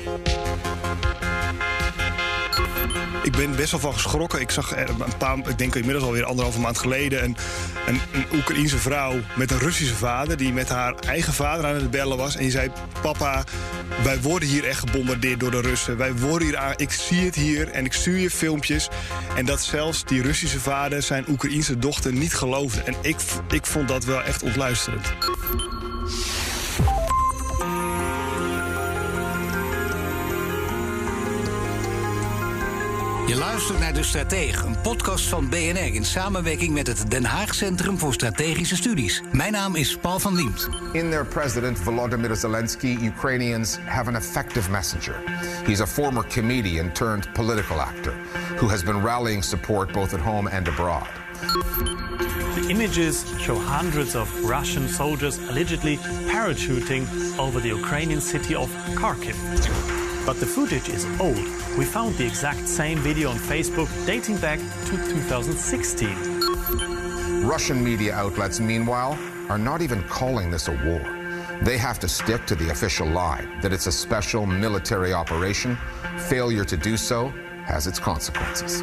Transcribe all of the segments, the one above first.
Ik ben best wel van geschrokken. Ik zag ik denk inmiddels alweer 1,5 maand geleden... een Oekraïense vrouw met een Russische vader... die met haar eigen vader aan het bellen was. En die zei, papa, wij worden hier echt gebombardeerd door de Russen. Wij worden hier aan, ik zie het hier en ik stuur je filmpjes. En dat zelfs die Russische vader zijn Oekraïense dochter niet geloofde. En ik vond dat wel echt ontluisterend. Je luistert naar De Strateeg, een podcast van BNR... in samenwerking met het Den Haag Centrum voor Strategische Studies. Mijn naam is Paul van Liemt. In their president, Volodymyr Zelensky, Ukrainians have an effective messenger. He's a former comedian turned political actor... who has been rallying support both at home and abroad. The images show hundreds of Russian soldiers allegedly parachuting over the Ukrainian city of Kharkiv. But the footage is old. We found the exact same video on Facebook dating back to 2016. Russian media outlets, meanwhile, are not even calling this a war. They have to stick to the official line that it's a special military operation. Failure to do so has its consequences.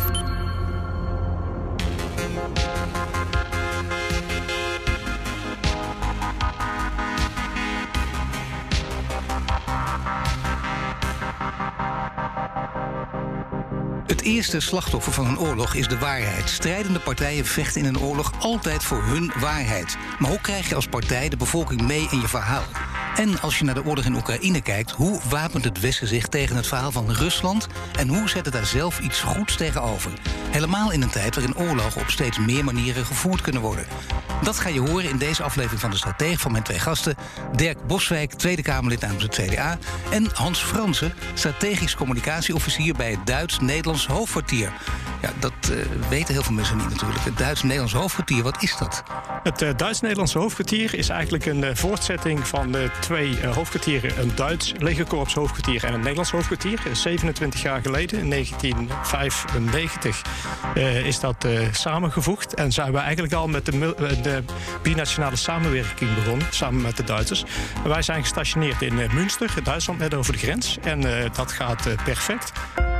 Het eerste slachtoffer van een oorlog is de waarheid. Strijdende partijen vechten in een oorlog altijd voor hun waarheid. Maar hoe krijg je als partij de bevolking mee in je verhaal? En als je naar de oorlog in Oekraïne kijkt... hoe wapent het Westen zich tegen het verhaal van Rusland... en hoe zet het daar zelf iets goeds tegenover? Helemaal in een tijd waarin oorlogen op steeds meer manieren gevoerd kunnen worden. Dat ga je horen in deze aflevering van De Strateeg van mijn twee gasten... Dirk Boswijk, Tweede Kamerlid namens het CDA... en Hans Fransen, strategisch communicatieofficier... bij het Duits-Nederlands hoofdkwartier. Ja, dat weten heel veel mensen niet natuurlijk. Het Duits-Nederlands hoofdkwartier, wat is dat? Het Duits-Nederlandse hoofdkwartier is eigenlijk een voortzetting van de twee hoofdkwartieren. Een Duits legerkorps hoofdkwartier en een Nederlands hoofdkwartier. 27 jaar geleden, in 1995, is dat samengevoegd. En zijn we eigenlijk al met de binationale samenwerking begonnen, samen met de Duitsers. En wij zijn gestationeerd in Münster, Duitsland, net over de grens. En dat gaat perfect.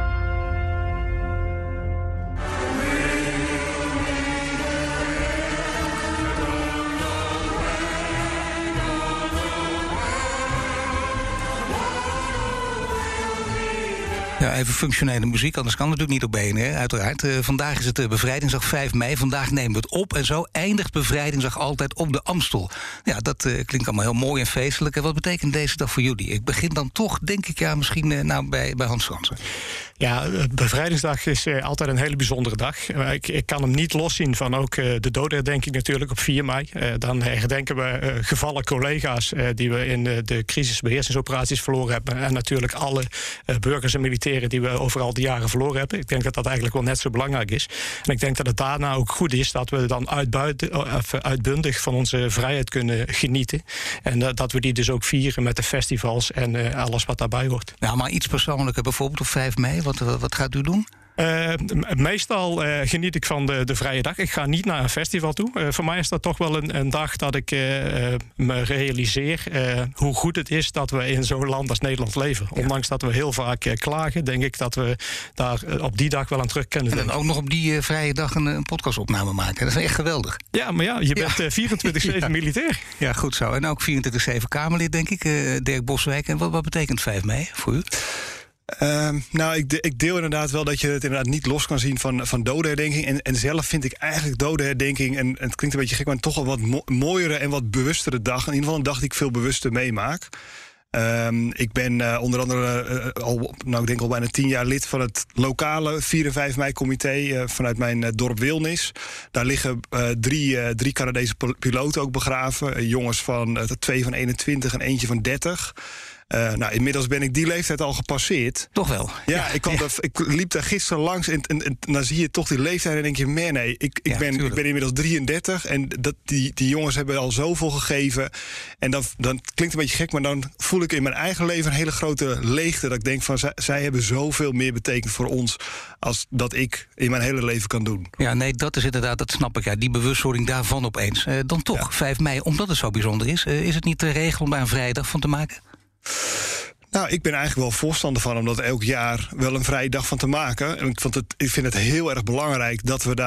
Ja, even functionele muziek, anders kan het natuurlijk niet op BNR, uiteraard. Vandaag is het Bevrijdingsdag 5 mei. Vandaag nemen we het op en zo eindigt Bevrijdingsdag altijd op de Amstel. Ja, dat klinkt allemaal heel mooi en feestelijk. En wat betekent deze dag voor jullie? Ik begin dan toch, denk ik, misschien bij Hans Fransen. Ja, Bevrijdingsdag is altijd een hele bijzondere dag. Ik kan hem niet loszien van ook de dodenherdenking natuurlijk op 4 mei. Dan herdenken we gevallen collega's die we in de crisisbeheersingsoperaties verloren hebben. En natuurlijk alle burgers en militairen die we overal de jaren verloren hebben. Ik denk dat dat eigenlijk wel net zo belangrijk is. En ik denk dat het daarna ook goed is dat we dan uitbundig van onze vrijheid kunnen genieten. En dat we die dus ook vieren met de festivals en alles wat daarbij hoort. Nou, maar iets persoonlijker, bijvoorbeeld op 5 mei. Wat gaat u doen? Meestal geniet ik van de vrije dag. Ik ga niet naar een festival toe. Voor mij is dat toch wel een dag dat ik me realiseer hoe goed het is dat we in zo'n land als Nederland leven. Ja. Ondanks dat we heel vaak klagen, denk ik dat we daar op die dag wel aan terug kunnen denken. En ook nog op die vrije dag een podcastopname maken. Dat is echt geweldig. Ja, maar ja, je bent 24/7 militair. Ja, goed zo. En ook 24/7 Kamerlid, denk ik. Dirk Boswijk. En wat betekent 5 mei voor u? Ik deel inderdaad wel dat je het inderdaad niet los kan zien van dodenherdenking. En zelf vind ik eigenlijk dodenherdenking, en het klinkt een beetje gek, maar toch een wat mooiere en wat bewustere dag. In ieder geval een dag die ik veel bewuster meemaak. Ik ben onder andere ik denk al bijna 10 jaar lid van het lokale 4 en 5 mei comité vanuit mijn dorp Wilnis. Daar liggen drie Canadese piloten ook begraven. Jongens van 2 van 21 en eentje van 30. Inmiddels ben ik die leeftijd al gepasseerd. Toch wel? Ja, ik liep daar gisteren langs en dan zie je toch die leeftijd en denk je, nee, ik ben inmiddels 33 en die jongens hebben al zoveel gegeven. En dan klinkt een beetje gek, maar dan voel ik in mijn eigen leven een hele grote leegte. Dat ik denk van, zij hebben zoveel meer betekend voor ons als dat ik in mijn hele leven kan doen. Ja, nee, dat is inderdaad, dat snap ik. Ja, die bewustwording daarvan opeens. Dan toch, 5 mei, omdat het zo bijzonder is het niet de regel om daar een vrije dag van te maken? Nou, ik ben eigenlijk wel voorstander van om dat elk jaar wel een vrije dag van te maken. En ik vind het heel erg belangrijk dat we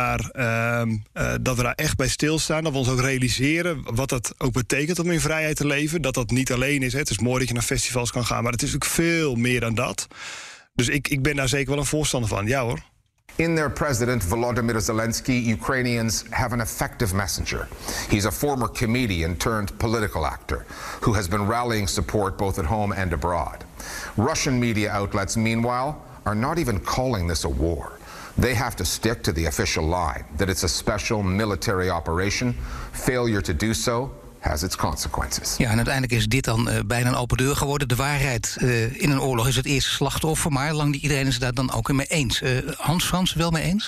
daar echt bij stilstaan. Dat we ons ook realiseren wat dat ook betekent om in vrijheid te leven. Dat dat niet alleen is. Hè. Het is mooi dat je naar festivals kan gaan, maar het is ook veel meer dan dat. Dus ik ben daar zeker wel een voorstander van. Ja hoor. In their president, Volodymyr Zelensky, Ukrainians have an effective messenger. He's a former comedian turned political actor who has been rallying support both at home and abroad. Russian media outlets, meanwhile, are not even calling this a war. They have to stick to the official line that it's a special military operation. Failure to do so has its consequences. Ja, en uiteindelijk is dit dan bijna een open deur geworden. De waarheid in een oorlog is het eerste slachtoffer, maar lang niet iedereen is het daar dan ook mee eens. Hans Frans, wel mee eens?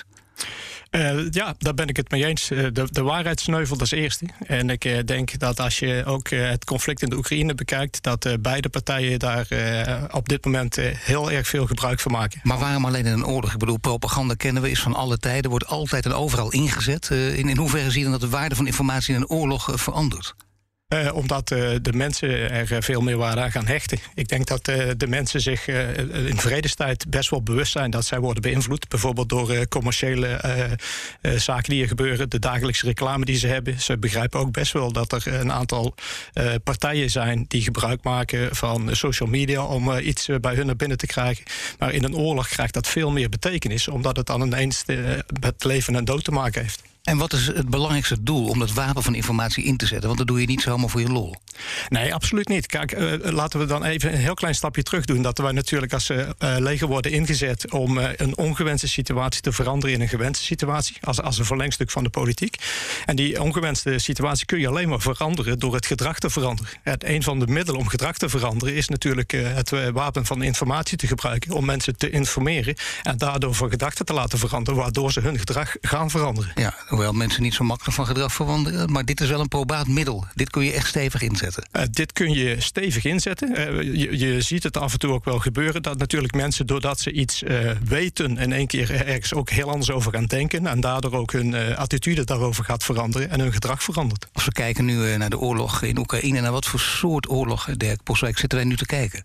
Ja, daar ben ik het mee eens. De waarheid sneuvelt als eerste. En ik denk dat als je ook het conflict in de Oekraïne bekijkt, dat beide partijen daar op dit moment heel erg veel gebruik van maken. Maar waarom alleen in een oorlog? Ik bedoel, propaganda kennen we, is van alle tijden, wordt altijd en overal ingezet. In hoeverre zie je dan dat de waarde van informatie in een oorlog verandert? Omdat de mensen er veel meer waarde aan gaan hechten. Ik denk dat de mensen zich in vredestijd best wel bewust zijn dat zij worden beïnvloed. Bijvoorbeeld door commerciële zaken die er gebeuren, de dagelijkse reclame die ze hebben. Ze begrijpen ook best wel dat er een aantal partijen zijn die gebruik maken van social media om iets bij hun naar binnen te krijgen. Maar in een oorlog krijgt dat veel meer betekenis, omdat het dan ineens met leven en dood te maken heeft. En wat is het belangrijkste doel om dat wapen van informatie in te zetten? Want dat doe je niet zomaar voor je lol. Nee, absoluut niet. Kijk, laten we dan even een heel klein stapje terug doen. Dat wij natuurlijk als leger worden ingezet om een ongewenste situatie te veranderen in een gewenste situatie. Als een verlengstuk van de politiek. En die ongewenste situatie kun je alleen maar veranderen door het gedrag te veranderen. Een van de middelen om gedrag te veranderen is natuurlijk het wapen van informatie te gebruiken om mensen te informeren en daardoor van gedachten te laten veranderen, waardoor ze hun gedrag gaan veranderen. Ja, hoewel mensen niet zo makkelijk van gedrag veranderen, maar dit is wel een probaat middel. Dit kun je echt stevig inzetten. Dit kun je stevig inzetten. Je ziet het af en toe ook wel gebeuren dat natuurlijk mensen, doordat ze iets weten, in één keer ergens ook heel anders over gaan denken en daardoor ook hun attitude daarover gaat veranderen en hun gedrag verandert. Als we kijken nu naar de oorlog in Oekraïne, naar wat voor soort oorlog, Dirk Poswijk, zitten wij nu te kijken?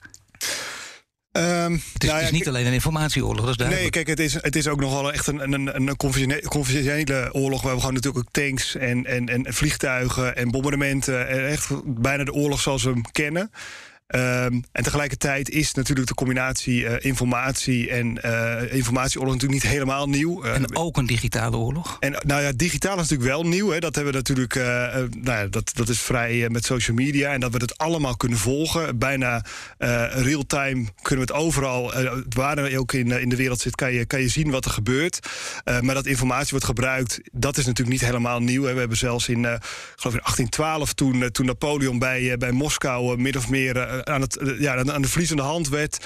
Het is niet alleen een informatieoorlog, dat is duidelijk. Nee, kijk, het is ook nogal echt een conventionele oorlog, waar we gewoon natuurlijk ook tanks en vliegtuigen en bombardementen, echt bijna de oorlog zoals we hem kennen. En tegelijkertijd is natuurlijk de combinatie informatie en informatieoorlog natuurlijk niet helemaal nieuw. En ook een digitale oorlog? En nou ja, digitaal is natuurlijk wel nieuw. Hè. Dat hebben we natuurlijk, dat is vrij met social media. En dat we het allemaal kunnen volgen. Bijna real-time kunnen we het overal, waar je ook in de wereld zit, kan je zien wat er gebeurt. Maar dat informatie wordt gebruikt, dat is natuurlijk niet helemaal nieuw. Hè. We hebben zelfs in 1812, toen Napoleon bij Moskou min of meer aan de verliezende hand werd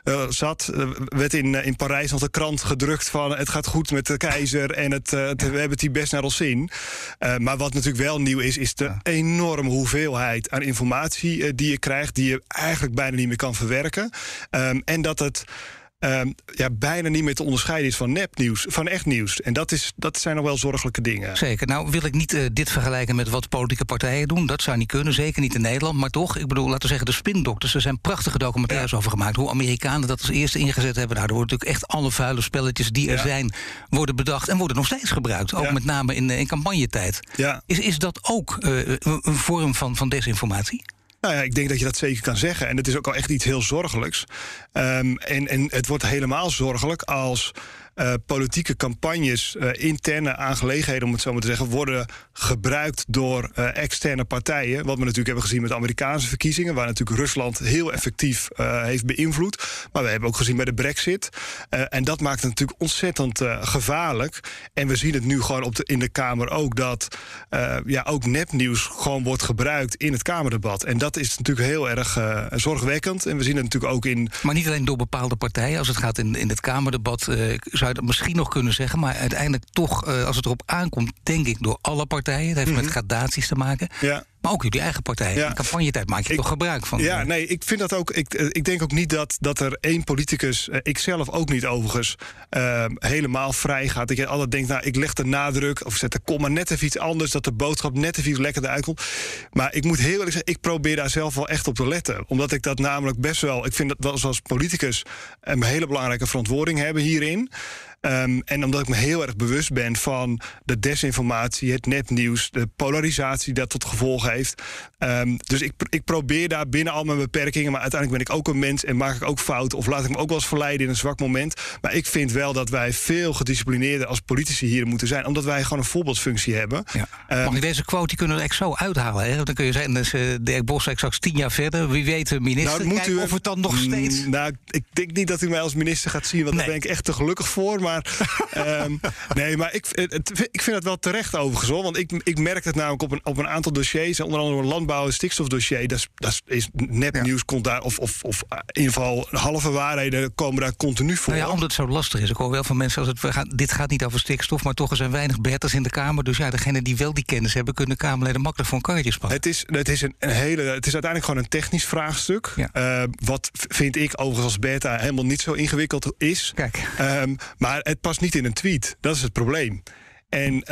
in Parijs nog de krant gedrukt van het gaat goed met de keizer en we hebben het hier best naar ons zin. Maar wat natuurlijk wel nieuw is de enorme hoeveelheid aan informatie die je krijgt, die je eigenlijk bijna niet meer kan verwerken. En dat het bijna niet meer te onderscheiden is van nepnieuws, van echt nieuws. En dat zijn nog wel zorgelijke dingen. Zeker. Nou wil ik niet dit vergelijken met wat politieke partijen doen. Dat zou niet kunnen, zeker niet in Nederland. Maar toch, ik bedoel, laten we zeggen, de spindokters. Er zijn prachtige documentaires over gemaakt. Hoe Amerikanen dat als eerste ingezet hebben. Nou, er worden natuurlijk echt alle vuile spelletjes die er zijn, worden bedacht en worden nog steeds gebruikt. Ook met name in campagnetijd. Ja. Is dat ook een vorm van desinformatie? Nou ja, ik denk dat je dat zeker kan zeggen. En het is ook al echt iets heel zorgelijks. En het wordt helemaal zorgelijk als politieke campagnes, interne aangelegenheden, om het zo maar te zeggen, worden gebruikt door externe partijen. Wat we natuurlijk hebben gezien met de Amerikaanse verkiezingen, waar natuurlijk Rusland heel effectief heeft beïnvloed. Maar we hebben ook gezien bij de Brexit. En dat maakt het natuurlijk ontzettend gevaarlijk. En we zien het nu gewoon in de Kamer ook, dat ook nepnieuws gewoon wordt gebruikt in het Kamerdebat. En dat is natuurlijk heel erg zorgwekkend. En we zien het natuurlijk ook in... Maar niet alleen door bepaalde partijen. Als het gaat in het Kamerdebat, zou je dat misschien nog kunnen zeggen. Maar uiteindelijk toch, als het erop aankomt, denk ik door alle partijen. Het heeft met gradaties te maken. Ja. Maar ook jullie eigen partij. In campagnetijd maak je toch gebruik van. Ja, nee, ik vind dat ook. Ik denk ook niet dat er één politicus, ik zelf ook niet overigens, helemaal vrij gaat. Dat je altijd denkt, nou, ik leg de nadruk of zet de komma net even iets anders, dat de boodschap net even iets lekkerder uitkomt. Maar ik moet heel eerlijk zeggen, ik probeer daar zelf wel echt op te letten. Omdat ik dat namelijk best wel, ik vind dat wel als politicus een hele belangrijke verantwoording hebben hierin. En omdat ik me heel erg bewust ben van de desinformatie, het nepnieuws, de polarisatie die dat tot gevolg heeft. Dus ik probeer daar binnen al mijn beperkingen, maar uiteindelijk ben ik ook een mens en maak ik ook fouten of laat ik me ook wel eens verleiden in een zwak moment. Maar ik vind wel dat wij veel gedisciplineerder als politici hier moeten zijn, omdat wij gewoon een voorbeeldfunctie hebben. Ja. Mag ik deze quote, die kunnen we er echt zo uithalen? Hè? Dan kun je zeggen, dus, Dirk Bosrijk straks 10 jaar verder, wie weet de minister, nou, kijken of het dan nog steeds... Nou, ik denk niet dat u mij als minister gaat zien, want daar ben ik echt te gelukkig voor. Maar nee, maar ik vind het wel terecht overigens, hoor. Want ik merk het namelijk op een aantal dossiers, onder andere een landbouw- en stikstofdossier. Dat is nepnieuws, komt daar, of in ieder geval halve waarheden komen daar continu voor. Nou ja, omdat het zo lastig is. Ik hoor wel van mensen, dit gaat niet over stikstof, maar toch er zijn weinig Berters in de Kamer. Dus ja, degenen die wel die kennis hebben, kunnen Kamerleden makkelijk voor een karretje spannen. Het is uiteindelijk gewoon een technisch vraagstuk. Ja. Wat vind ik overigens als Bertha helemaal niet zo ingewikkeld is. Kijk. Maar het past niet in een tweet. Dat is het probleem. En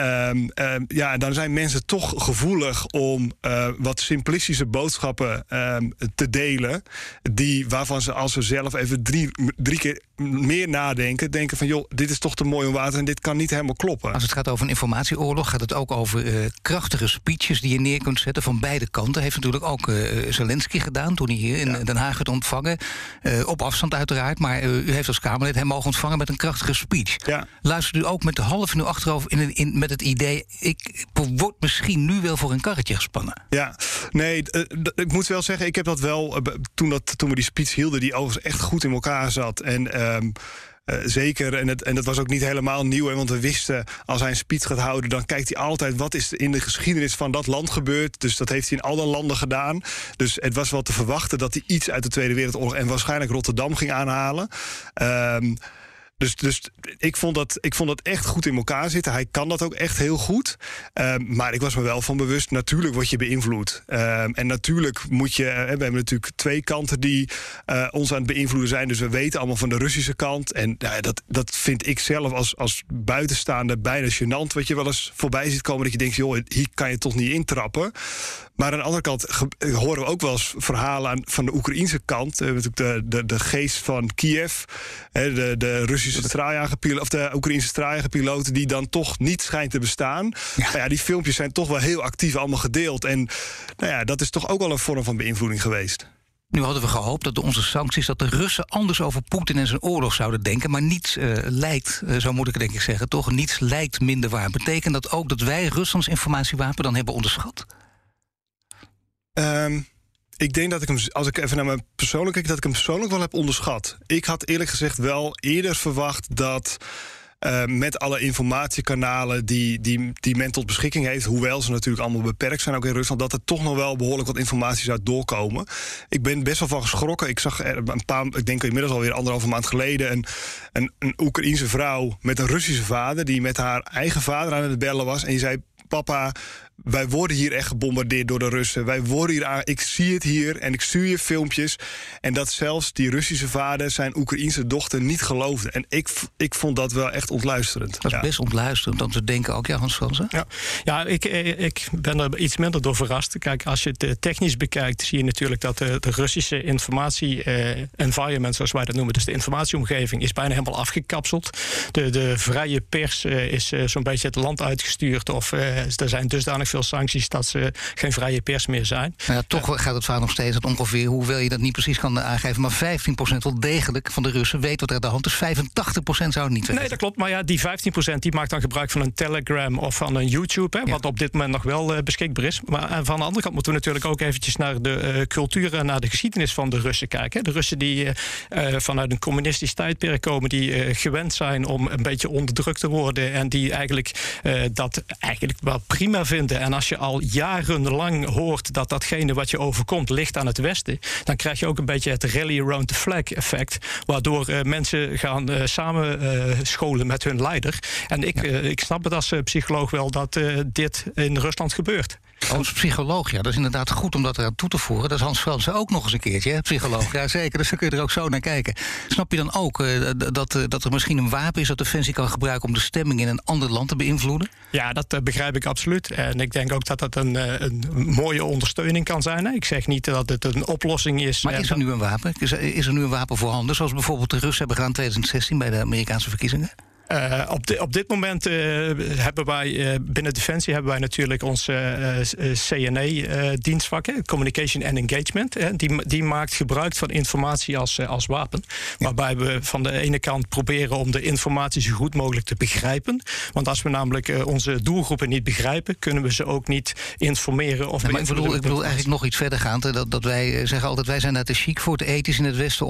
dan zijn mensen toch gevoelig om wat simplistische boodschappen te delen. Waarvan ze, als ze zelf even drie keer meer nadenken, denken van, joh, dit is toch te mooi om water en dit kan niet helemaal kloppen. Als het gaat over een informatieoorlog, gaat het ook over krachtige speeches die je neer kunt zetten van beide kanten. Heeft natuurlijk ook Zelensky gedaan toen hij hier in Den Haag werd ontvangen. Op afstand uiteraard, maar u heeft als Kamerlid hem mogen ontvangen met een krachtige speech. Ja. Luistert u ook met de half uur achterover met het idee, ik word misschien nu wel voor een karretje gespannen? Ja, nee, ik moet wel zeggen, ik heb dat wel, toen we die speech hielden, die overigens echt goed in elkaar zat. En zeker, en dat was ook niet helemaal nieuw, hè, want we wisten, als hij een speech gaat houden, dan kijkt hij altijd wat is in de geschiedenis van dat land gebeurd. Dus dat heeft hij in alle landen gedaan. Dus het was wel te verwachten dat hij iets uit de Tweede Wereldoorlog en waarschijnlijk Rotterdam ging aanhalen. Dus ik vond dat echt goed in elkaar zitten. Hij kan dat ook echt heel goed. Maar ik was me wel van bewust, natuurlijk word je beïnvloed. En natuurlijk moet je... we hebben natuurlijk twee kanten die ons aan het beïnvloeden zijn. Dus we weten allemaal van de Russische kant. En dat vind ik zelf als buitenstaander bijna gênant. Wat je wel eens voorbij ziet komen, dat je denkt, joh, hier kan je toch niet intrappen. Maar aan de andere kant horen we ook wel eens verhalen van de Oekraïense kant. We hebben natuurlijk de geest van Kiev, de Russische straaljagerpiloot, of de Oekraïense straaljagerpiloot, die dan toch niet schijnt te bestaan. Ja, die filmpjes zijn toch wel heel actief allemaal gedeeld. En dat is toch ook wel een vorm van beïnvloeding geweest. Nu hadden we gehoopt dat door onze sancties dat de Russen anders over Poetin en zijn oorlog zouden denken. Maar niets lijkt, zo moet ik denk ik zeggen, toch? Niets lijkt minder waar. Betekent dat ook dat wij Ruslands informatiewapen dan hebben onderschat? Ik denk dat ik hem, als ik even naar mijn persoonlijk kijk, dat ik hem persoonlijk wel heb onderschat. Ik had eerlijk gezegd wel eerder verwacht dat met alle informatiekanalen die men tot beschikking heeft, hoewel ze natuurlijk allemaal beperkt zijn ook in Rusland, dat er toch nog wel behoorlijk wat informatie zou doorkomen. Ik ben best wel van geschrokken. Ik zag ik denk inmiddels alweer 1,5 maand geleden een Oekraïense vrouw met een Russische vader die met haar eigen vader aan het bellen was en die zei: papa, wij worden hier echt gebombardeerd door de Russen. Wij worden hier ik zie het hier en ik stuur je filmpjes. En dat zelfs die Russische vader zijn Oekraïense dochter niet geloofde. En ik vond dat wel echt ontluisterend. Dat is best ontluisterend om te denken ook, Hans Fransen. Ja, ik ben er iets minder door verrast. Kijk, als je het technisch bekijkt, zie je natuurlijk dat de Russische informatie-environment, zoals wij dat noemen, dus de informatieomgeving, is bijna helemaal afgekapseld. De vrije pers is zo'n beetje het land uitgestuurd, of er zijn dusdanig veel sancties dat ze geen vrije pers meer zijn. Ja, toch gaat het vaak nog steeds dat ongeveer, hoewel je dat niet precies kan aangeven, maar 15% wel degelijk van de Russen weet wat er aan de hand is. 85% zou het niet weten. Nee, dat klopt. Maar ja, die 15% die maakt dan gebruik van een Telegram of van een YouTube, wat op dit moment nog wel beschikbaar is. Maar van de andere kant moeten we natuurlijk ook eventjes naar de cultuur en naar de geschiedenis van de Russen kijken. De Russen die vanuit een communistisch tijdperk komen, die gewend zijn om een beetje onderdrukt te worden en die eigenlijk dat eigenlijk wel prima vinden. En als je al jarenlang hoort dat datgene wat je overkomt ligt aan het Westen, dan krijg je ook een beetje het rally around the flag effect, waardoor mensen gaan samen scholen met hun leider. En ik snap het als psycholoog wel dat dit in Rusland gebeurt. Als psycholoog, ja, dat is inderdaad goed om dat eraan toe te voegen. Dat is Hans Fransen ook nog eens een keertje, hè, psycholoog. Ja, zeker, dus dan kun je er ook zo naar kijken. Snap je dan ook dat er misschien een wapen is dat Defensie kan gebruiken om de stemming in een ander land te beïnvloeden? Ja, dat begrijp ik absoluut. En ik denk ook dat dat een mooie ondersteuning kan zijn. Hè. Ik zeg niet dat het een oplossing is. Maar is er nu een wapen? Is er nu een wapen voorhanden, zoals bijvoorbeeld de Russen hebben gedaan in 2016 bij de Amerikaanse verkiezingen? Op dit moment hebben wij binnen Defensie natuurlijk onze CNE-dienstvakken, Communication and Engagement. Die maakt gebruik van informatie als wapen. Waarbij we van de ene kant proberen om de informatie zo goed mogelijk te begrijpen. Want als we namelijk onze doelgroepen niet begrijpen, kunnen we ze ook niet informeren of beïnvloeden. Maar ik bedoel eigenlijk nog iets verdergaand. Dat wij zeggen altijd, wij zijn daar te chic voor, te ethisch in het Westen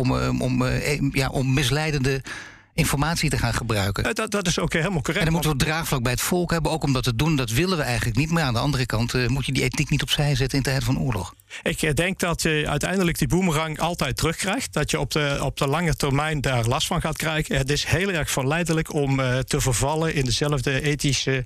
om misleidende informatie te gaan gebruiken. Dat is ook helemaal correct. En dan moeten we draagvlak bij het volk hebben, ook om dat te doen. Dat willen we eigenlijk niet. Maar aan de andere kant moet je die ethiek niet opzij zetten in tijden van oorlog. Ik denk dat je uiteindelijk die boemerang altijd terugkrijgt. Dat je op de lange termijn daar last van gaat krijgen. Het is heel erg verleidelijk om te vervallen in dezelfde ethische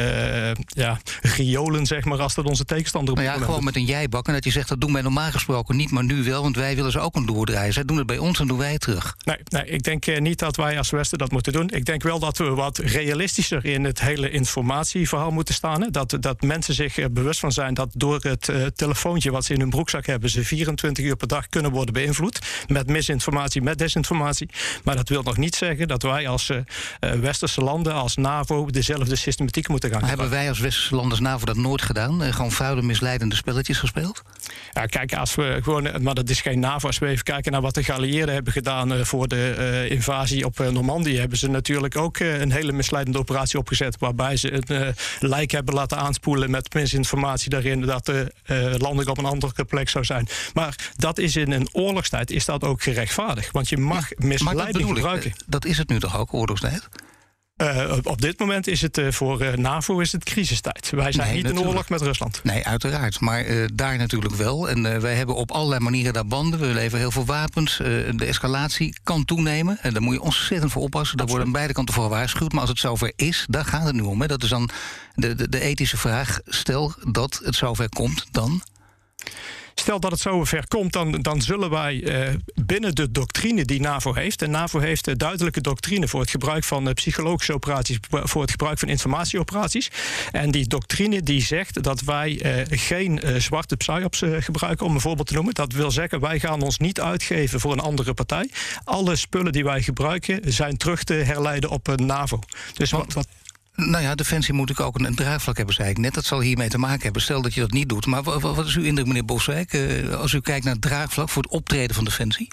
riolen, zeg maar, als dat onze tegenstander. Nou ja, gewoon met een jijbak. En dat je zegt, dat doen wij normaal gesproken niet, maar nu wel. Want wij willen ze ook een doordraaien. Zij doen het bij ons en doen wij het terug. Nee, ik denk niet dat wij als Westen dat moeten doen. Ik denk wel dat we wat realistischer in het hele informatieverhaal moeten staan. Hè. Dat mensen zich bewust van zijn dat door het telefoontje wat ze in hun broekzak hebben, ze 24 uur per dag kunnen worden beïnvloed. Met misinformatie, met desinformatie. Maar dat wil nog niet zeggen dat wij als westerse landen, als NAVO, dezelfde systematiek moeten gaan gebruiken. Hebben wij als westerse landen als NAVO dat nooit gedaan? Gewoon vuile, misleidende spelletjes gespeeld? Ja, kijk, als we gewoon, maar dat is geen NAVO. Als we even kijken naar wat de geallieerden hebben gedaan voor de invasie op Normandië, hebben ze natuurlijk ook een hele misleidende operatie opgezet, waarbij ze een lijk hebben laten aanspoelen met misinformatie daarin dat de landing op een andere plek zou zijn. Maar dat is in een oorlogstijd is dat ook gerechtvaardigd. Want je mag misleiding gebruiken. Dat is het nu toch ook, oorlogstijd? Op dit moment is het voor NAVO is het crisistijd. Wij zijn niet in oorlog met Rusland. Nee, uiteraard. Maar daar natuurlijk wel. En wij hebben op allerlei manieren daar banden. We leveren heel veel wapens. De escalatie kan toenemen. En daar moet je ontzettend voor oppassen. Daar worden aan beide kanten voor gewaarschuwd. Maar als het zover is, daar gaat het nu om. Hè. Dat is dan de ethische vraag. Stel dat het zover komt, dan? Stel dat het zover komt, dan zullen wij binnen de doctrine die NAVO heeft. En NAVO heeft een duidelijke doctrine voor het gebruik van psychologische operaties, voor het gebruik van informatieoperaties. En die doctrine die zegt dat wij geen zwarte psyops gebruiken, om een voorbeeld te noemen. Dat wil zeggen, wij gaan ons niet uitgeven voor een andere partij. Alle spullen die wij gebruiken zijn terug te herleiden op NAVO. Dus Nou ja, Defensie moet ook een draagvlak hebben, zei ik net. Dat zal hiermee te maken hebben. Stel dat je dat niet doet. Maar wat is uw indruk, meneer Boswijk, als u kijkt naar het draagvlak voor het optreden van Defensie?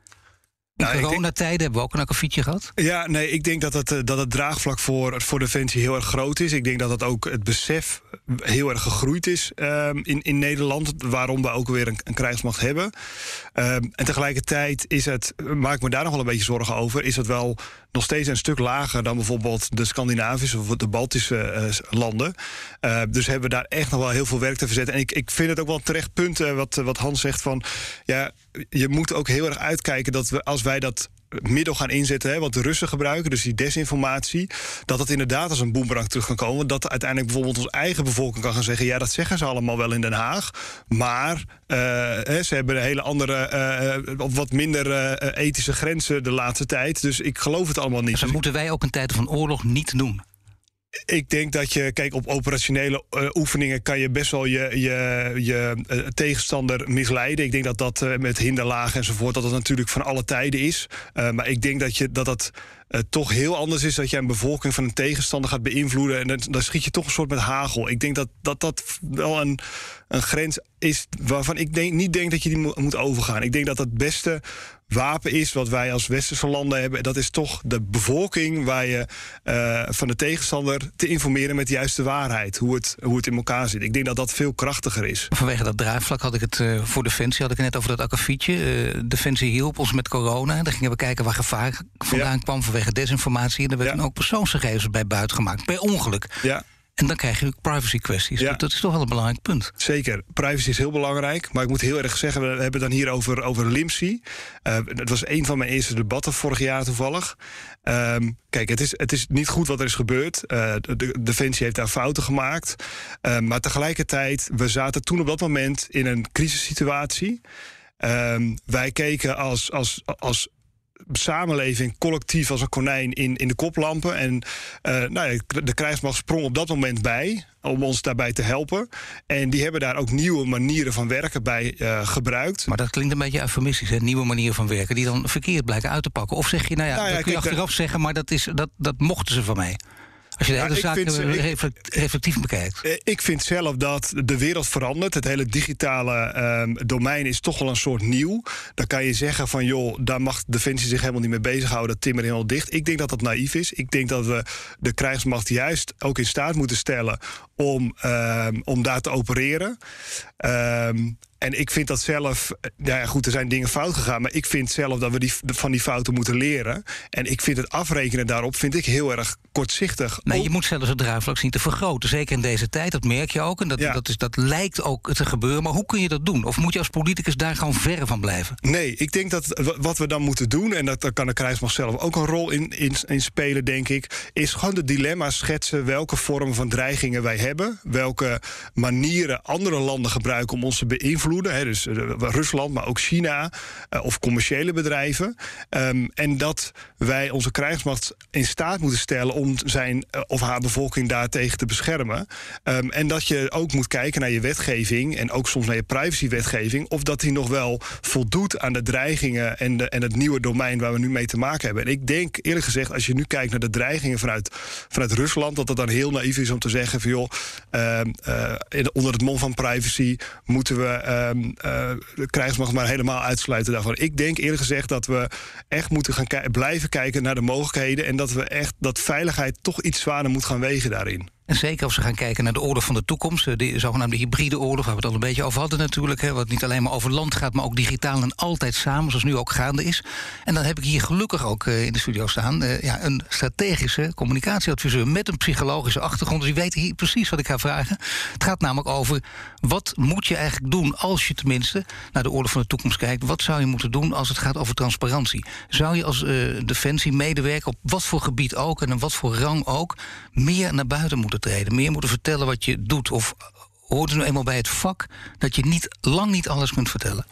In coronatijden hebben we ook een akkefietje gehad. Ja, nee, ik denk dat het draagvlak voor Defensie heel erg groot is. Ik denk dat het ook het besef heel erg gegroeid is in Nederland. Waarom we ook weer een krijgsmacht hebben. En tegelijkertijd maak ik me daar nog wel een beetje zorgen over. Is het wel nog steeds een stuk lager dan bijvoorbeeld de Scandinavische of de Baltische landen. Dus hebben we daar echt nog wel heel veel werk te verzetten. En ik vind het ook wel een terecht punt wat Hans zegt van, ja, je moet ook heel erg uitkijken dat we, als wij dat middel gaan inzetten, wat de Russen gebruiken, dus die desinformatie, dat inderdaad als een boemerang terug kan komen. Dat uiteindelijk bijvoorbeeld onze eigen bevolking kan gaan zeggen, ja, dat zeggen ze allemaal wel in Den Haag, maar ze hebben een hele andere, wat minder ethische grenzen de laatste tijd. Dus ik geloof het allemaal niet. Dus dat moeten wij ook in tijden van oorlog niet doen. Ik denk dat je, kijk, op operationele oefeningen kan je best wel je tegenstander misleiden. Ik denk dat met hinderlagen enzovoort, dat natuurlijk van alle tijden is. Maar ik denk dat toch heel anders is dat je een bevolking van een tegenstander gaat beïnvloeden. En dan schiet je toch een soort met hagel. Ik denk dat wel een grens is waarvan ik niet denk dat je die moet overgaan. Ik denk dat het beste wapen is wat wij als westerse landen hebben. Dat is toch de bevolking waar je van de tegenstander te informeren met de juiste waarheid. Hoe het in elkaar zit. Ik denk dat dat veel krachtiger is. Vanwege dat draagvlak had ik het voor Defensie, had ik het net over dat akkefietje. Defensie hielp ons met corona. Daar gingen we kijken waar gevaar vandaan kwam vanwege desinformatie. En er werden ook persoonsgegevens bij buitgemaakt. Per ongeluk. Ja. En dan krijg je ook privacy kwesties. Ja. Dat is toch wel een belangrijk punt. Zeker, privacy is heel belangrijk. Maar ik moet heel erg zeggen, we hebben het dan hier over LIMSI. Dat was een van mijn eerste debatten vorig jaar toevallig. Kijk, het is niet goed wat er is gebeurd. De Defensie heeft daar fouten gemaakt. Maar tegelijkertijd, we zaten toen op dat moment in een crisissituatie. Wij keken als samenleving collectief als een konijn in de koplampen. En de krijgsmacht sprong op dat moment bij om ons daarbij te helpen. En die hebben daar ook nieuwe manieren van werken bij gebruikt. Maar dat klinkt een beetje eufemistisch, hè? Nieuwe manieren van werken die dan verkeerd blijken uit te pakken. Of zeg je, dat kun je achteraf zeggen, maar dat mochten ze van mij. Als je de hele zaak reflectief bekijkt. Ik vind zelf dat de wereld verandert. Het hele digitale domein is toch wel een soort nieuw. Dan kan je zeggen van, joh, daar mag Defensie zich helemaal niet mee bezighouden. Dat timmeren helemaal dicht. Ik denk dat dat naïef is. Ik denk dat we de krijgsmacht juist ook in staat moeten stellen om daar te opereren. En ik vind dat zelf, goed, er zijn dingen fout gegaan, maar ik vind zelf dat we van die fouten moeten leren. En ik vind het afrekenen daarop heel erg kortzichtig. Nee, je moet zelfs het draagvlak zien te vergroten. Zeker in deze tijd, dat merk je ook. En dat lijkt ook te gebeuren. Maar hoe kun je dat doen? Of moet je als politicus daar gewoon verre van blijven? Nee, ik denk dat wat we dan moeten doen, en daar kan de krijgsmacht zelf ook een rol in spelen, denk ik, is gewoon de dilemma's schetsen welke vormen van dreigingen wij hebben. Welke manieren andere landen gebruiken om ons te beïnvloeden. Dus Rusland, maar ook China of commerciële bedrijven. En dat wij onze krijgsmacht in staat moeten stellen om zijn of haar bevolking daartegen te beschermen. En dat je ook moet kijken naar je wetgeving en ook soms naar je privacywetgeving, of dat die nog wel voldoet aan de dreigingen en het nieuwe domein waar we nu mee te maken hebben. En ik denk eerlijk gezegd, als je nu kijkt naar de dreigingen vanuit Rusland, dat het dan heel naïef is om te zeggen van, joh, onder het mom van privacy moeten we de krijgsmacht maar helemaal uitsluiten daarvan. Ik denk eerlijk gezegd dat we echt moeten gaan blijven kijken naar de mogelijkheden en dat veiligheid toch iets zwaarder moet gaan wegen daarin. En zeker als we gaan kijken naar de oorlog van de toekomst, de zogenaamde hybride oorlog, waar we het al een beetje over hadden natuurlijk, wat niet alleen maar over land gaat, maar ook digitaal en altijd samen, zoals nu ook gaande is. En dan heb ik hier gelukkig ook in de studio staan een strategische communicatieadviseur met een psychologische achtergrond. Dus die weet hier precies wat ik ga vragen. Het gaat namelijk over, wat moet je eigenlijk doen als je tenminste naar de oorlog van de toekomst kijkt? Wat zou je moeten doen als het gaat over transparantie? Zou je als Defensie-medewerker op wat voor gebied ook en in wat voor rang ook meer naar buiten moeten treden, meer moeten vertellen wat je doet? Of hoort het nu eenmaal bij het vak dat je lang niet alles kunt vertellen?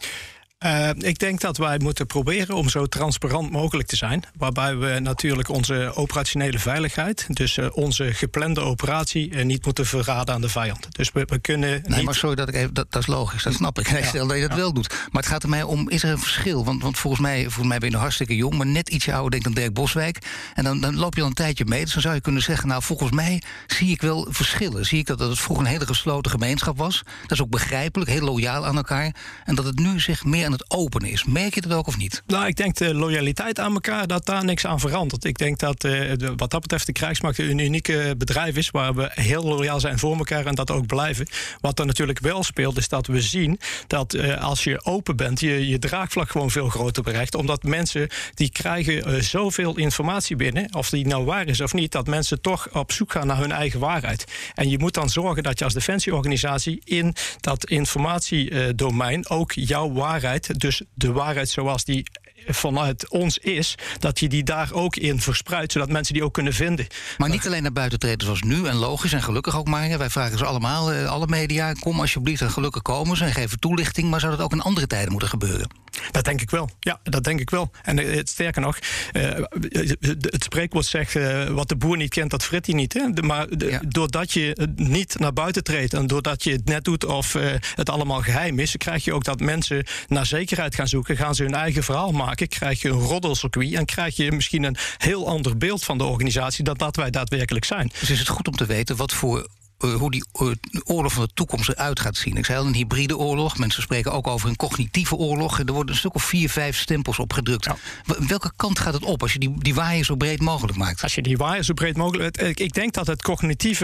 Ik denk dat wij moeten proberen om zo transparant mogelijk te zijn. Waarbij we natuurlijk onze operationele veiligheid, dus onze geplande operatie, niet moeten verraden aan de vijand. Dus we kunnen niet... maar sorry, dat is logisch, dat snap ik. Stel dat je dat wel doet. Maar het gaat er mij om, is er een verschil? Want volgens mij ben je nog hartstikke jong, maar net ietsje ouder, denk dan Dirk Boswijk. En dan loop je al een tijdje mee. Dus dan zou je kunnen zeggen, nou, volgens mij zie ik wel verschillen. Zie ik dat het vroeger een hele gesloten gemeenschap was. Dat is ook begrijpelijk, heel loyaal aan elkaar. En dat het nu zich meer aan het open is. Merk je dat ook of niet? Nou, ik denk de loyaliteit aan elkaar, dat daar niks aan verandert. Ik denk dat wat dat betreft de krijgsmacht een uniek bedrijf is, waar we heel loyaal zijn voor elkaar en dat ook blijven. Wat er natuurlijk wel speelt, is dat we zien dat als je open bent, je draagvlak gewoon veel groter bereikt. Omdat mensen, die krijgen zoveel informatie binnen, of die nou waar is of niet, dat mensen toch op zoek gaan naar hun eigen waarheid. En je moet dan zorgen dat je als defensieorganisatie in dat informatiedomein ook jouw waarheid, dus de waarheid zoals die vanuit ons is, dat je die daar ook in verspreidt, zodat mensen die ook kunnen vinden. Maar niet alleen naar buiten treden zoals nu, en logisch en gelukkig ook maar. Wij vragen ze allemaal, alle media, kom alsjeblieft en gelukkig komen ze en geven toelichting, maar zou dat ook in andere tijden moeten gebeuren? Dat denk ik wel. Ja, dat denk ik wel. En sterker nog, het spreekwoord zegt, wat de boer niet kent, dat frit hij niet. Hè? Maar doordat je niet naar buiten treedt en doordat je het net doet of het allemaal geheim is, krijg je ook dat mensen naar zekerheid gaan zoeken, gaan ze hun eigen verhaal maken, krijg je een roddelcircuit en krijg je misschien een heel ander beeld van de organisatie dan dat wij daadwerkelijk zijn. Dus is het goed om te weten wat voor die oorlog van de toekomst eruit gaat zien. Ik zei al, een hybride oorlog. Mensen spreken ook over een cognitieve oorlog. Er worden een stuk of 4, 5 stempels opgedrukt. Ja. Welke kant gaat het op als je die waaier zo breed mogelijk maakt? Als je die waaier zo breed mogelijk... Ik denk dat het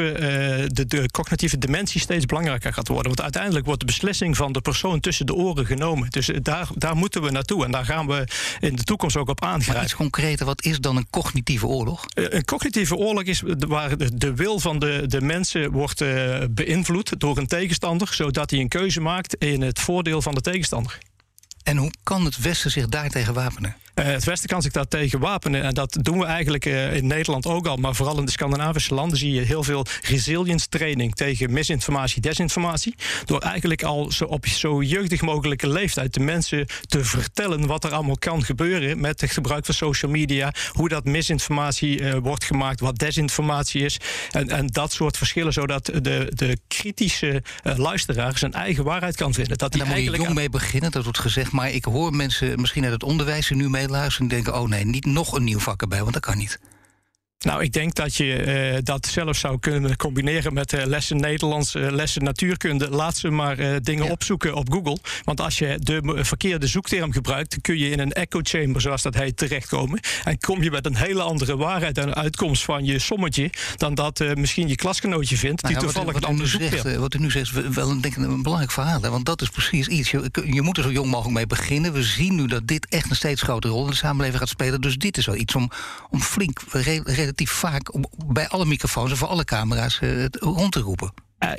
de cognitieve dimensie steeds belangrijker gaat worden. Want uiteindelijk wordt de beslissing van de persoon tussen de oren genomen. Dus daar moeten we naartoe. En daar gaan we in de toekomst ook op aangrijpen. Maar iets concreter, wat is dan een cognitieve oorlog? Een cognitieve oorlog is waar de wil van de mensen wordt beïnvloed door een tegenstander, zodat hij een keuze maakt in het voordeel van de tegenstander. En hoe kan het Westen zich daartegen wapenen? Het Westen kan zich daartegen wapenen. En dat doen we eigenlijk in Nederland ook al. Maar vooral in de Scandinavische landen zie je heel veel resilience training tegen misinformatie, desinformatie. Door eigenlijk al op zo jeugdig mogelijke leeftijd de mensen te vertellen wat er allemaal kan gebeuren met het gebruik van social media. Hoe dat misinformatie wordt gemaakt, wat desinformatie is. En dat soort verschillen, zodat de kritische luisteraar zijn eigen waarheid kan vinden. Dat en daar moet je jong mee beginnen, dat wordt gezegd. Maar ik hoor mensen misschien uit het onderwijs nu meeluisteren en denken, oh nee, niet nog een nieuw vak erbij, want dat kan niet. Nou, ik denk dat je dat zelf zou kunnen combineren met lessen Nederlands, lessen natuurkunde. Laat ze maar dingen opzoeken op Google. Want als je de verkeerde zoekterm gebruikt, dan kun je in een echo chamber, zoals dat heet, terechtkomen. En kom je met een hele andere waarheid en uitkomst van je sommetje dan dat misschien je klasgenootje vindt, die toevallig een andere zoekterm. Wat u nu zegt, is wel een belangrijk verhaal. Hè? Want dat is precies iets. Je moet er zo jong mogelijk mee beginnen. We zien nu dat dit echt een steeds grotere rol in de samenleving gaat spelen. Dus dit is wel iets om flink relatief vaak bij alle microfoons en voor alle camera's rond te roepen.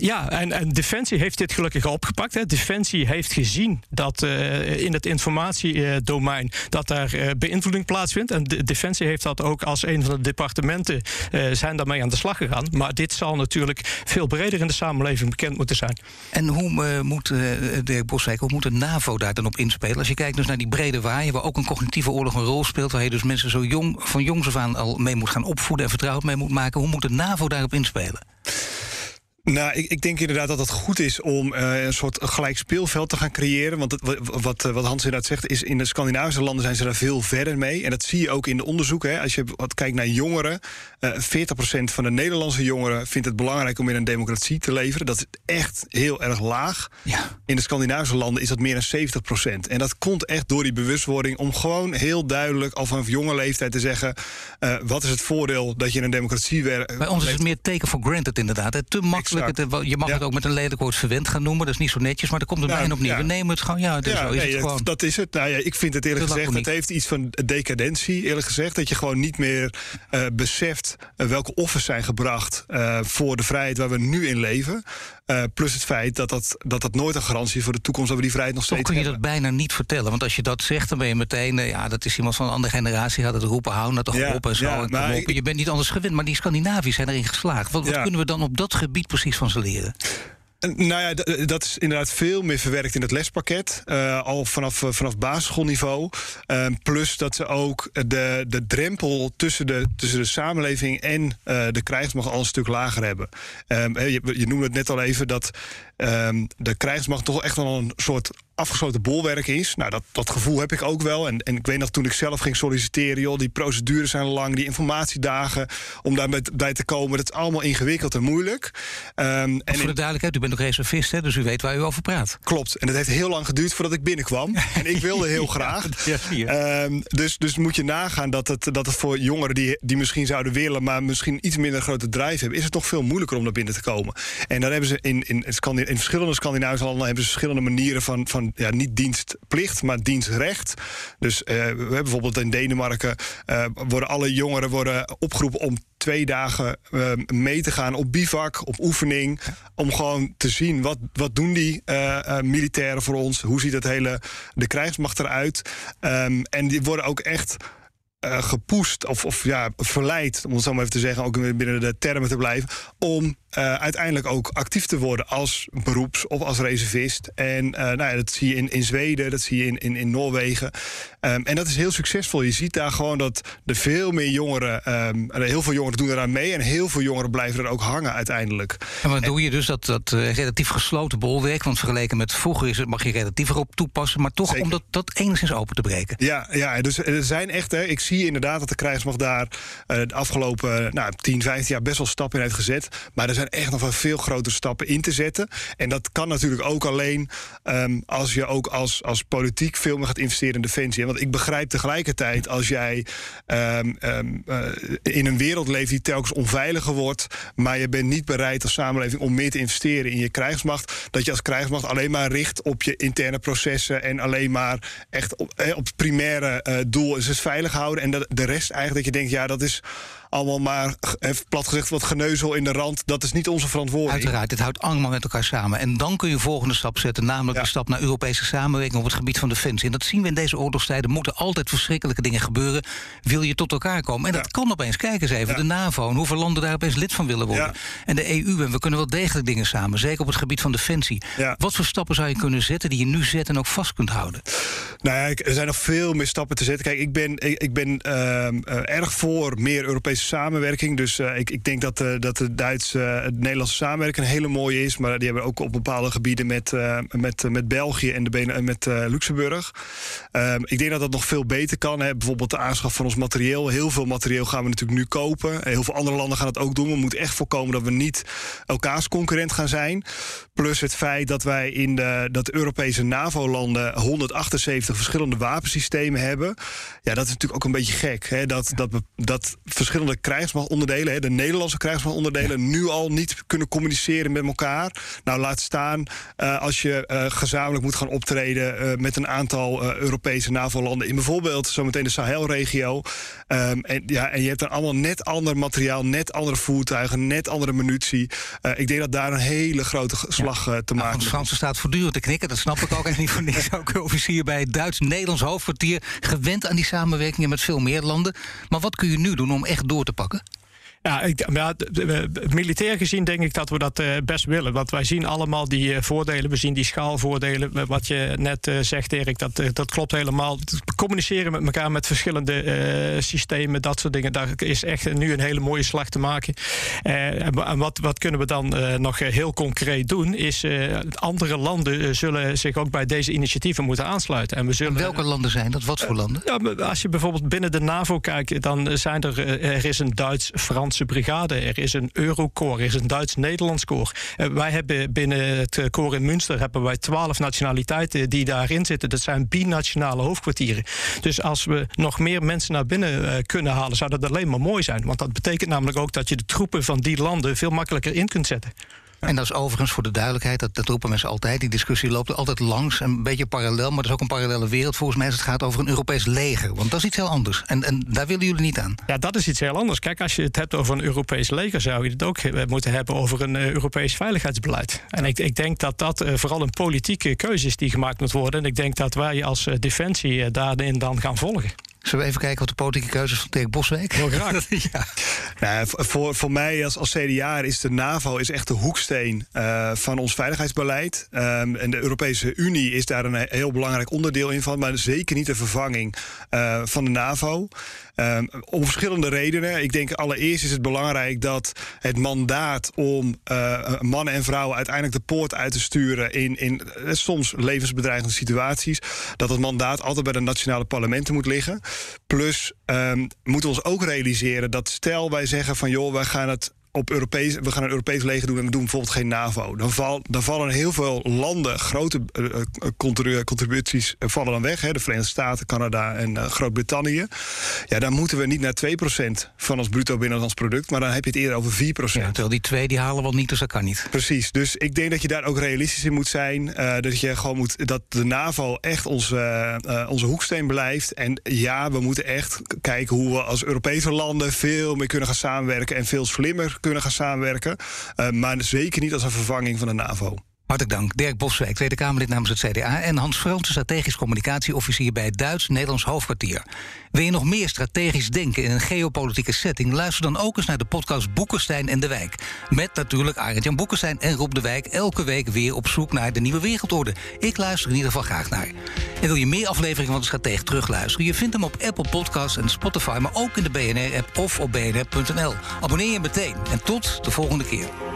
En Defensie heeft dit gelukkig opgepakt. Hè. Defensie heeft gezien dat in het informatiedomein dat daar beïnvloeding plaatsvindt. En Defensie heeft dat ook als een van de departementen zijn daarmee aan de slag gegaan. Maar dit zal natuurlijk veel breder in de samenleving bekend moeten zijn. En hoe moet Dirk Boswijk, hoe moet de NAVO daar dan op inspelen? Als je kijkt dus naar die brede waaier, waar ook een cognitieve oorlog een rol speelt, waar je dus mensen van jongs af aan al mee moet gaan opvoeden en vertrouwd mee moet maken. Hoe moet de NAVO daarop inspelen? Nou, ik denk inderdaad dat het goed is om een soort gelijk speelveld te gaan creëren. Want wat Hans inderdaad zegt, is in de Scandinavische landen zijn ze daar veel verder mee. En dat zie je ook in de onderzoeken. Hè. Als je wat kijkt naar jongeren, 40% van de Nederlandse jongeren vindt het belangrijk om in een democratie te leven. Dat is echt heel erg laag. Ja. In de Scandinavische landen is dat meer dan 70%. En dat komt echt door die bewustwording om gewoon heel duidelijk al vanaf jonge leeftijd te zeggen, wat is het voordeel dat je in een democratie werkt. Bij ons is het meer taken for granted inderdaad. Hè. Te makkelijk. Je mag het ook met een lelijk woord verwend gaan noemen. Dat is niet zo netjes, maar daar komt het bijna op neer. We nemen het gewoon, gewoon. Dat is het. Nou ja, ik vind het eerlijk gezegd, het heeft iets van decadentie, eerlijk gezegd. Dat je gewoon niet meer beseft welke offers zijn gebracht voor de vrijheid waar we nu in leven. Plus het feit dat nooit een garantie is voor de toekomst, dat we die vrijheid nog steeds hebben. Toch kun je dat bijna niet vertellen. Want als je dat zegt, dan ben je meteen, dat is iemand van een andere generatie, gaat het roepen, hou nou toch op en zo. Je bent niet anders gewend, maar die Scandinaviërs zijn erin geslaagd. Wat kunnen we dan op dat gebied precies van ze leren? Nou ja, dat is inderdaad veel meer verwerkt in het lespakket. Al vanaf basisschoolniveau. Plus dat ze ook de drempel tussen de samenleving en de krijgsmacht al een stuk lager hebben. Je noemde het net al even dat de krijgsmacht toch echt wel een soort afgesloten bolwerk is. Nou, dat gevoel heb ik ook wel. En ik weet nog, toen ik zelf ging solliciteren, joh, die procedures zijn lang, die informatiedagen om daarbij te komen, dat is allemaal ingewikkeld en moeilijk. En voor de duidelijkheid, u bent ook reservist, hè, dus u weet waar u over praat. Klopt. En het heeft heel lang geduurd voordat ik binnenkwam. En ik wilde heel graag. Dus moet je nagaan dat het voor jongeren die misschien zouden willen, maar misschien iets minder grote drive hebben, is het toch veel moeilijker om naar binnen te komen. En daar hebben ze in verschillende Scandinavische landen hebben ze verschillende manieren van niet dienstplicht, maar dienstrecht. Dus we hebben bijvoorbeeld in Denemarken worden alle jongeren opgeroepen om 2 dagen mee te gaan op bivak, op oefening, om gewoon te zien wat doen die militairen voor ons, hoe ziet de krijgsmacht eruit. En die worden ook echt gepusht of verleid, om het zo maar even te zeggen, ook binnen de termen te blijven, om uiteindelijk ook actief te worden als beroeps- of als reservist. En dat zie je in Zweden, dat zie je in Noorwegen. En dat is heel succesvol. Je ziet daar gewoon dat er veel meer jongeren, heel veel jongeren doen eraan mee en heel veel jongeren blijven er ook hangen uiteindelijk. En wat doe je dus dat relatief gesloten bolwerk, want vergeleken met vroeger mag je relatief erop toepassen, maar toch zeker, om dat enigszins open te breken. Ja, dus er zijn echt, ik zie je inderdaad dat de krijgsmacht daar de afgelopen 10, 15 jaar best wel stappen in heeft gezet. Maar er zijn echt nog wel veel grotere stappen in te zetten. En dat kan natuurlijk ook alleen als je ook als politiek veel meer gaat investeren in defensie. Want ik begrijp tegelijkertijd als jij in een wereld leeft die telkens onveiliger wordt, maar je bent niet bereid als samenleving om meer te investeren in je krijgsmacht, dat je als krijgsmacht alleen maar richt op je interne processen en alleen maar echt op het primaire doel is het veilig houden. En de rest eigenlijk dat je denkt, ja, dat is allemaal maar, even plat gezegd, wat geneuzel in de rand. Dat is niet onze verantwoording. Uiteraard, dit houdt allemaal met elkaar samen. En dan kun je de volgende stap zetten, namelijk de stap naar Europese samenwerking op het gebied van defensie. En dat zien we in deze oorlogstijden. Moeten altijd verschrikkelijke dingen gebeuren. Wil je tot elkaar komen? En dat kan opeens. Kijk eens even, de NAVO en hoeveel landen daar opeens lid van willen worden. Ja. En de EU, en we kunnen wel degelijk dingen samen. Zeker op het gebied van defensie. Ja. Wat voor stappen zou je kunnen zetten die je nu zet en ook vast kunt houden? Nou ja, er zijn nog veel meer stappen te zetten. Kijk, ik ben erg voor meer Europese samenwerking. Dus ik denk dat de Nederlandse samenwerking een hele mooie is. Maar die hebben we ook op bepaalde gebieden met België en met Luxemburg. Ik denk dat dat nog veel beter kan. Hè. Bijvoorbeeld de aanschaf van ons materieel. Heel veel materieel gaan we natuurlijk nu kopen. Heel veel andere landen gaan het ook doen. We moeten echt voorkomen dat we niet elkaars concurrent gaan zijn. Plus het feit dat wij in de Europese NAVO-landen 178 verschillende wapensystemen hebben. Ja, dat is natuurlijk ook een beetje gek. Hè? Dat verschillende krijgsmachtonderdelen, de Nederlandse krijgsmachtonderdelen, nu al niet kunnen communiceren met elkaar. Nou, laat staan als je gezamenlijk moet gaan optreden met een aantal Europese NAVO-landen in bijvoorbeeld zometeen de Sahelregio. En je hebt dan allemaal net ander materiaal, net andere voertuigen, net andere munitie. Ik denk dat daar een hele grote slag te maken is. De Fransen staat voortdurend te knikken, dat snap ik ook. En niet voor niks ook officier bij het Duits-Nederlands hoofdkwartier, gewend aan die samenwerkingen met veel meer landen. Maar wat kun je nu doen om echt door te pakken? Ja, militair gezien denk ik dat we dat best willen. Want wij zien allemaal die voordelen. We zien die schaalvoordelen. Wat je net zegt, Erik, dat klopt helemaal. Communiceren met elkaar met verschillende systemen, dat soort dingen. Daar is echt nu een hele mooie slag te maken. En wat kunnen we dan nog heel concreet doen? Is andere landen zullen zich ook bij deze initiatieven moeten aansluiten. En welke landen zijn dat? Wat voor landen? Als je bijvoorbeeld binnen de NAVO kijkt, dan zijn er is een Duits-Franse brigade, er is een Eurocorps, er is een Duits-Nederlands corps. Wij hebben binnen het corps in Münster hebben wij 12 nationaliteiten die daarin zitten. Dat zijn binationale hoofdkwartieren. Dus als we nog meer mensen naar binnen kunnen halen, zou dat alleen maar mooi zijn. Want dat betekent namelijk ook dat je de troepen van die landen veel makkelijker in kunt zetten. En dat is overigens voor de duidelijkheid, dat roepen mensen altijd. Die discussie loopt altijd langs, een beetje parallel, maar dat is ook een parallele wereld. Volgens mij als het gaat over een Europees leger. Want dat is iets heel anders. En daar willen jullie niet aan. Ja, dat is iets heel anders. Kijk, als je het hebt over een Europees leger, zou je het ook moeten hebben over een Europees veiligheidsbeleid. En ik denk dat dat vooral een politieke keuze is die gemaakt moet worden. En ik denk dat wij als Defensie daarin dan gaan volgen. Zullen we even kijken wat de politieke keuzes van Dirk Boswijk? Heel graag. Ja. Nou, voor mij als CDA is de NAVO echt de hoeksteen van ons veiligheidsbeleid. En de Europese Unie is daar een heel belangrijk onderdeel in van, maar zeker niet de vervanging van de NAVO. Om verschillende redenen. Ik denk allereerst is het belangrijk dat het mandaat om mannen en vrouwen uiteindelijk de poort uit te sturen in soms levensbedreigende situaties, dat het mandaat altijd bij de nationale parlementen moet liggen. Plus moeten we ons ook realiseren dat stel wij zeggen van joh, we gaan een Europees leger doen en we doen bijvoorbeeld geen NAVO. Dan vallen heel veel landen, grote contributies vallen dan weg. Hè, de Verenigde Staten, Canada en Groot-Brittannië. Ja, dan moeten we niet naar 2% van ons bruto binnenlands product, maar dan heb je het eerder over 4%. Ja, terwijl die 2 die halen we al niet, dus dat kan niet. Precies, dus ik denk dat je daar ook realistisch in moet zijn. Dat de NAVO echt onze hoeksteen blijft. En ja, we moeten echt kijken hoe we als Europese landen veel meer kunnen gaan samenwerken en veel slimmer kunnen gaan samenwerken. Maar zeker niet als een vervanging van de NAVO. Hartelijk dank. Dirk Boswijk, Tweede Kamerlid namens het CDA... en Hans Fransen, strategisch communicatieofficier bij het Duits-Nederlands hoofdkwartier. Wil je nog meer strategisch denken in een geopolitieke setting? Luister dan ook eens naar de podcast Boekenstein en de Wijk. Met natuurlijk Arend-Jan Boekenstein en Rob de Wijk elke week weer op zoek naar de nieuwe wereldorde. Ik luister in ieder geval graag naar. En wil je meer afleveringen van de Stratege terugluisteren? Je vindt hem op Apple Podcasts en Spotify, maar ook in de BNR-app of op bnr.nl. Abonneer je meteen en tot de volgende keer.